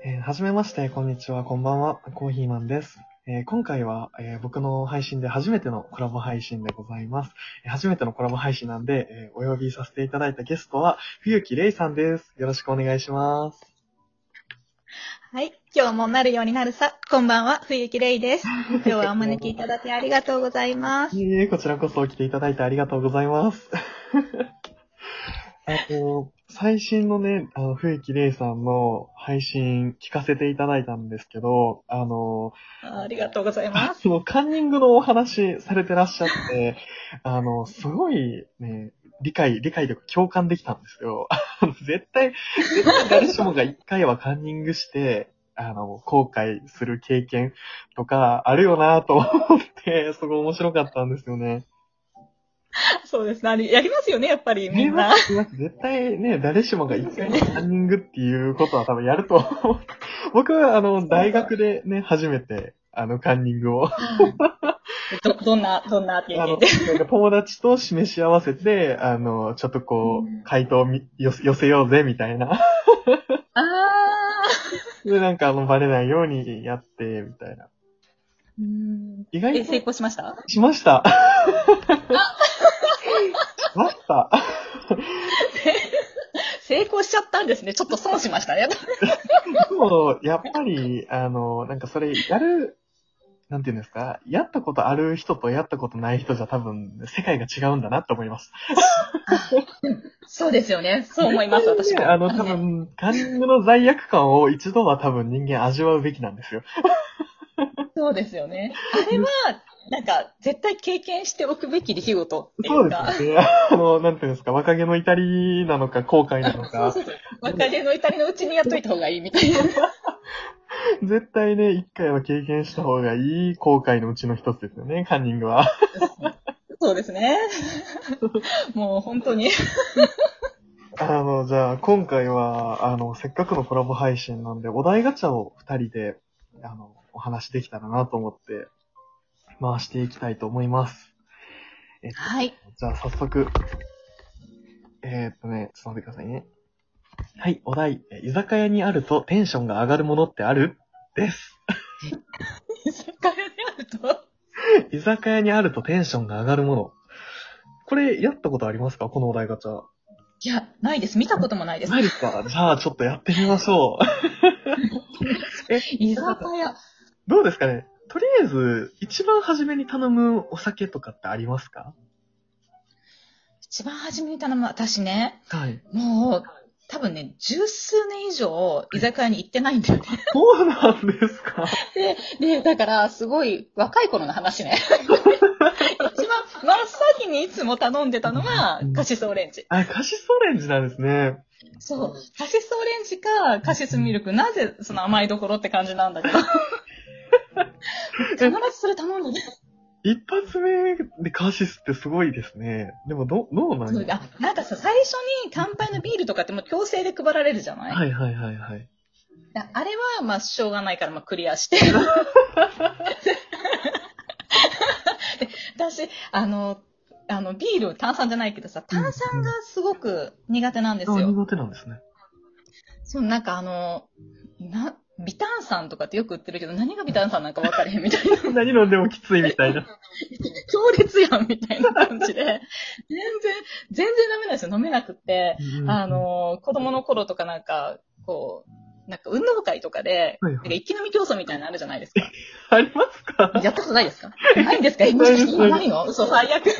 はじめまして、こんにちは、こんばんは、コーヒーマンです。今回は、僕の配信で初めてのコラボ配信でございます。初めてのコラボ配信なんで、お呼びさせていただいたゲストは、冬木玲さんです。よろしくお願いします。 はい。今日もなるようになるさ。こんばんは、冬木玲です。今日はお招きいただきありがとうございます。 こちらこそ来ていただいてありがとうございます。最新のね、冬木玲さんの配信聞かせていただいたんですけど、 ありがとうございます。 カンニングのお話されてらっしゃって、すごいね、理解というか共感できたんですよ。絶対誰しもが一回はカンニングして、後悔する経験とかあるよなと思って、すごい面白かったんですよね。 そうですね。やりますよね、やっぱりみんな。 絶対ね、誰しもが一回カンニングっていうことは多分やると思う。僕は大学でね、初めて、カンニングを。 どんな経験で。 なんか友達と示し合わせて、ちょっとこう、回答を寄せようぜ、みたいな。で、なんかバレないようにやって、みたいな。 意外と成功しました？ しました。しました。 成功しちゃったんですね。ちょっと損しましたね。 でも、やっぱり、なんかそれ、なんていうんですか、やったことある人とやったことない人じゃ多分、世界が違うんだなと思います。 そうですよね。そう思います、私も。 多分、カンニングの罪悪感を一度は多分人間味わうべきなんですよ。 そうですよね。あれは、なんか、絶対経験しておくべき出来事っていうか。 そうですね。なんていうんですか、若気の至りなのか、後悔なのか。 そう若気の至りのうちにやっといた方がいいみたいな。 絶対ね、一回は経験した方がいい後悔のうちの一つですよね、カンニングは。 そうですね。もう本当に。 じゃあ、今回は、せっかくのコラボ配信なんで、お題ガチャを二人で、お話できたらなと思って、回していきたいと思います。 はい。 じゃあ、早速、ちょっと待ってくださいね。はい、お題、居酒屋にあるとテンションが上がるものってある？です。 居酒屋にあると居酒屋にあるとテンションが上がるもの。これ、やったことありますか？このお題ガチャ。 いや、ないです。見たこともないです。 ないですか？じゃあ、ちょっとやってみましょう。 居酒屋。 どうですかね？とりあえず、一番初めに頼むお酒とかってありますか？ 一番初めに頼む、私ね、 はい。 もう、多分ね、十数年以上、居酒屋に行ってないんだよね。 そうなんですか？ だから、すごい、若い頃の話ね。一番、真っ先にいつも頼んでたのは、カシスオレンジ。 カシスオレンジなんですね。 そう。カシスオレンジか、カシスミルク。なぜ、その甘いところって感じなんだけど。必ずそれ頼んでね。 一発目でカシスってすごいですね。でもどうなんですか？ なんかさ、最初に乾杯のビールとかってもう強制で配られるじゃない？ はいはいはいはい。 あれは、まあ、しょうがないから、まあ、クリアして。私、ビール、炭酸じゃないけどさ、炭酸がすごく苦手なんですよ。 苦手なんですね。 そう、なんか微炭酸とかってよく売ってるけど、何が微炭酸なんか分かれへんみたいな。 何飲んでもきついみたいな。 強烈やんみたいな感じで、全然ダメなんですよ。飲めなくって。子供の頃とかなんか、こう、なんか運動会とかで、なんか一気飲み競争みたいなのあるじゃないですか。 ありますか？ やったことないですか？ないんですか？今ないの？嘘、最悪。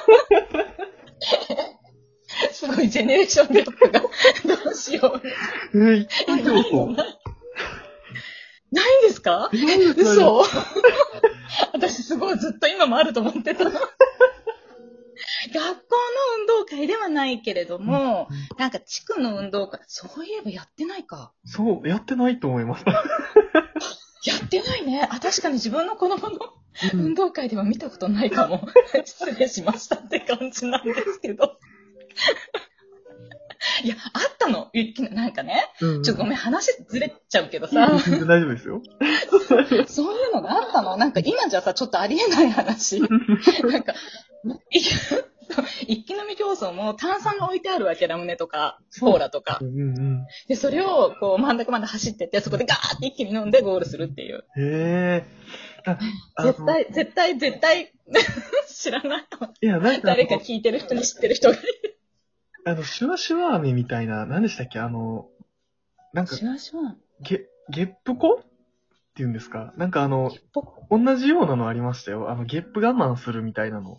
すごいジェネレーションギャップが。どうしよう。ないんですか？嘘。私すごいずっと今もあると思ってた。学校の運動会ではないけれども、なんか地区の運動会、そういえばやってないか。 そう、やってないと思います。 やってないね。確かに自分の子供の運動会では見たことないかも。失礼しましたって感じなんですけど。いや、あったの。なんかね、ちょっとごめん、話ずれちゃうけどさ。 大丈夫ですよ。 そういうのがあったの。なんか今じゃさ、ちょっとありえない話。なんか、 一気飲み競争も炭酸が置いてあるわけ、ラムネとか、コーラとか。で、それを、こう、真ん中まで走ってって、そこでガーって一気に飲んでゴールするっていう。 へ絶対、知らない。 いや、なんか。 誰か聞いてる人に知ってる人がいる。 シュワシュワ飴みたいな、何でしたっけなんか、 シュワシュワゲップ粉っていうんですか？なんか同じようなのありましたよ。ゲップ我慢するみたいなの。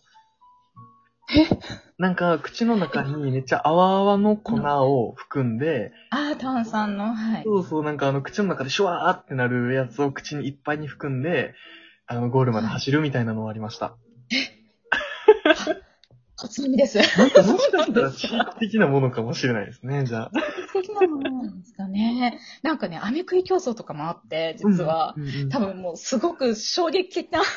なんか、口の中にめっちゃ泡々の粉を含んで、 炭酸の、はい。 そうそう、なんか口の中でシュワーってなるやつを口にいっぱいに含んで、ゴールまで走るみたいなのがありました。 初耳です。 なんかもしかしたら地域的なものかもしれないですね、じゃあ。 地域的なものなんですかね。なんかね、飴食い競争とかもあって、実は、多分もうすごく衝撃的な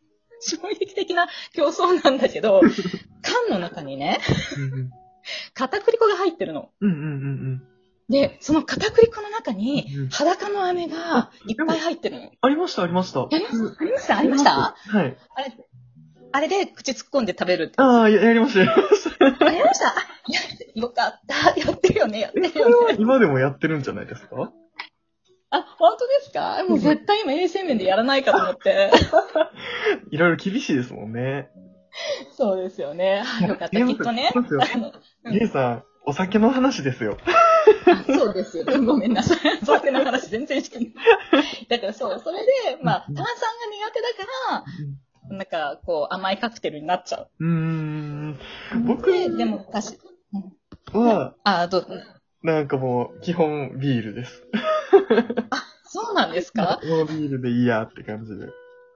競争なんだけど、缶の中にね、片栗粉が入ってるの。で、その片栗粉の中に、裸の飴がいっぱい入ってるの。 ありました。 ありましたはい。 あれで口突っ込んで食べるって。 やりました。 やりましたよかった。やってるよね。 今でもやってるんじゃないですか？ 本当ですか？もう絶対今衛生面でやらないかと思って。 いろいろ厳しいですもんね。 そうですよね。よかった。きっとね。 ゲイさん、お酒の話ですよ。 そうですよ。ごめんなさい。お酒の話全然してない。だからそう、それで、炭酸が苦手だから、なんか、こう、甘いカクテルになっちゃう。 僕でも、 は、 どうぞ。 なんかもう、基本ビールです。 そうなんですか？ もうビールでいいやって感じで。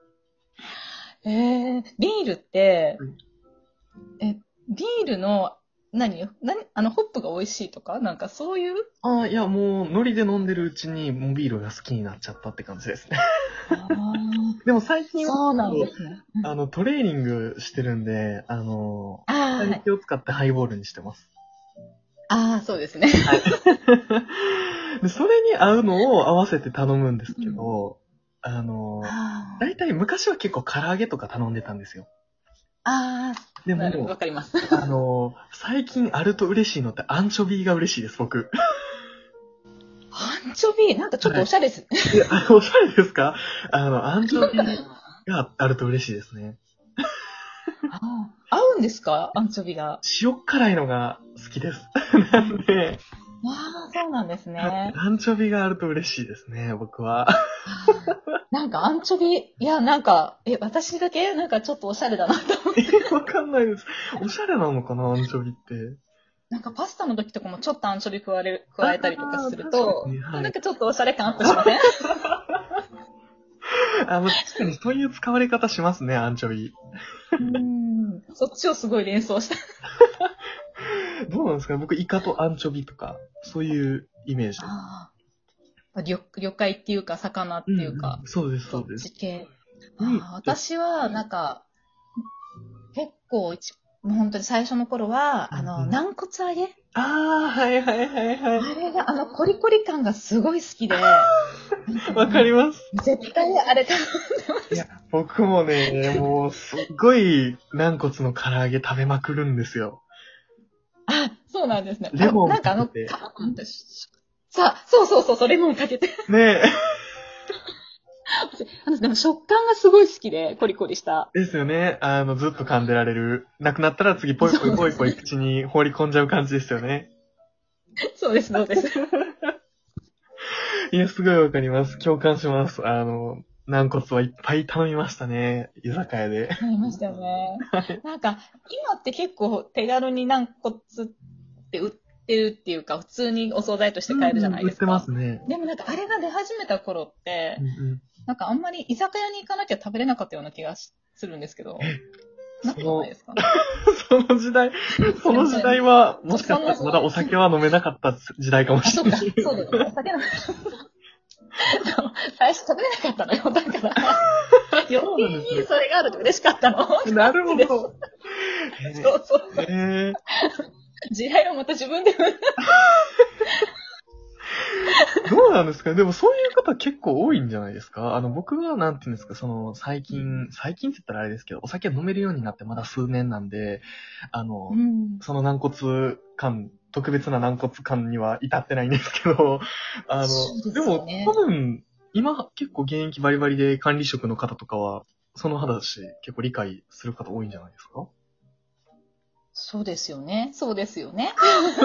ビールって、ビールの、ホップが美味しいとかなんかそういう？ いや、もう、海苔で飲んでるうちに、もうビールが好きになっちゃったって感じですね。でも最近は、 そうなんですね。 トレーニングしてるんで、気を使ってハイボールにしてます。 そうですね。 で、それに合うのを合わせて頼むんですけど、だいたい昔は結構唐揚げとか頼んでたんですよ。でも、 わかります。 最近あると嬉しいのってアンチョビが嬉しいです、僕。 アンチョビなんかちょっとおしゃれです。 おしゃれですか？アンチョビがあると嬉しいですね。 合うんですか？アンチョビが。 塩辛いのが好きです。なんで。 そうなんですね。 アンチョビがあると嬉しいですね、僕は。 なんかアンチョビ、なんか、私だけなんかちょっとおしゃれだなと思って。 わかんないです。おしゃれなのかな、アンチョビって。 なんかパスタの時とかもちょっとアンチョビ加えたりとかすると、なんかちょっとおしゃれ感アップしません？ 確かにそういう使われ方しますね、アンチョビ。 そっちをすごい連想した。 どうなんですか？僕、イカとアンチョビとか、そういうイメージ。 魚介っていうか、魚っていうか。 そうです、そうです。 私は、なんか、結構、本当に最初の頃は、軟骨揚げ？ はい。あれが、コリコリ感がすごい好きで。 わかります。 絶対あれ頼んでます。 いや、僕もね、もう、すっごい軟骨の唐揚げ食べまくるんですよ。 そうなんですね。 レモンなんかかけて。 そう、レモンかけて。 ねでも食感がすごい好きで、コリコリした。 ですよね。ずっと噛んでられる。なくなったら次、ポイポイ口に放り込んじゃう感じですよね。 そうです。 いや、すごいわかります。共感します。軟骨はいっぱい頼みましたね。居酒屋で。 頼みましたよね。なんか、今って結構手軽に軟骨って売ってるっていうか、普通にお惣菜として買えるじゃないですか。 売ってますね。 でもなんかあれが出始めた頃って、なんかあんまり居酒屋に行かなきゃ食べれなかったような気がするんですけど。なってないですか？ その時代は、もしかしたらまだお酒は飲めなかった時代かもしれない。 そうだね。お酒飲め最初食べれなかったのよ。だから、余計にそれがあると嬉しかったの。 なるほど。 そう。時代をまた自分でどうなんですかね。でもそういう方結構多いんじゃないですか。僕はなんていうんですか、最近って言ったらあれですけど、お酒飲めるようになってまだ数年なんで、 うん。 その軟骨感、特別な軟骨感には至ってないんですけど、 そうででもすよね。 多分、今結構現役バリバリで管理職の方とかは、その話結構理解する方多いんじゃないですか。 そうですよね。そうですよね。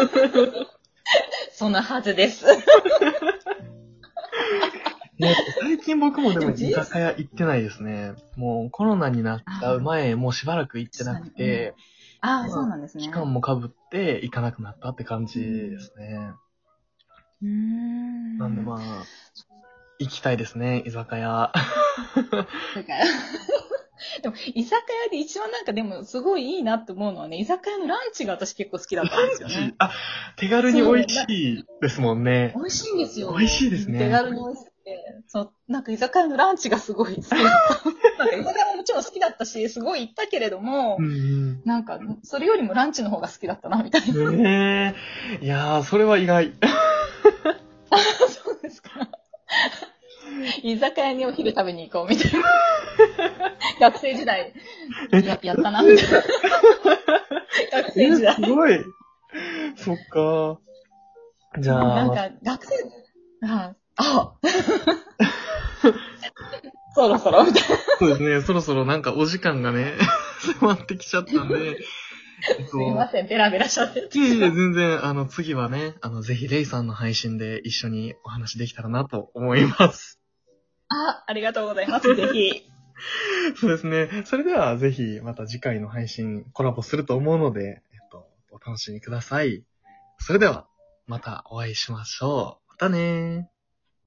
そのはずです。 ね、最近僕もでも居でも酒屋行ってないですね。もうコロナになっちゃう前、もうしばらく行ってなくうん。 て、 ああ、そうまあ、 なんですね。 期間も被って行かなくなったって感じでうん。 すね。 うーなんでん。 まあ、行きたいですね、居酒屋。 だからでも、居酒屋で一番なんかでもすごいいいなって思うのはね、居酒屋のランチが私結構好きだったんですよね。 手軽に美そう、 味しいですもんね。 美味しいんですよ。 美味しいです手ね。 軽に美味しくて。そう、なんか居酒屋のランチがすごい好きだった。なんか居酒屋ももちろん好きだったし、すごい行ったけれども、 うんなんか、それよりもランチの方が好きだったな、みたいな。 うん。ねえ。いやー、それは意外。 そうですか。居酒屋にお昼食べに行こう、みたいな。学生時代、やったな、みたいな。学生時代。 すごい。そっか。じゃあ、 なんか、学生、そろそろ、みたいな。 そうですね、そろそろなんかお時間がね、迫ってきちゃったんで、 すいません、ベラベラしゃべって。 いえいえ、全然、次はね、ぜひレイさんの配信で一緒にお話できたらなと思います。 ありがとうございます。ぜひ。 そうですね。それでは、ぜひ、また次回の配信コラボすると思うので、お楽しみください。それでは、またお会いしましょう。またねー。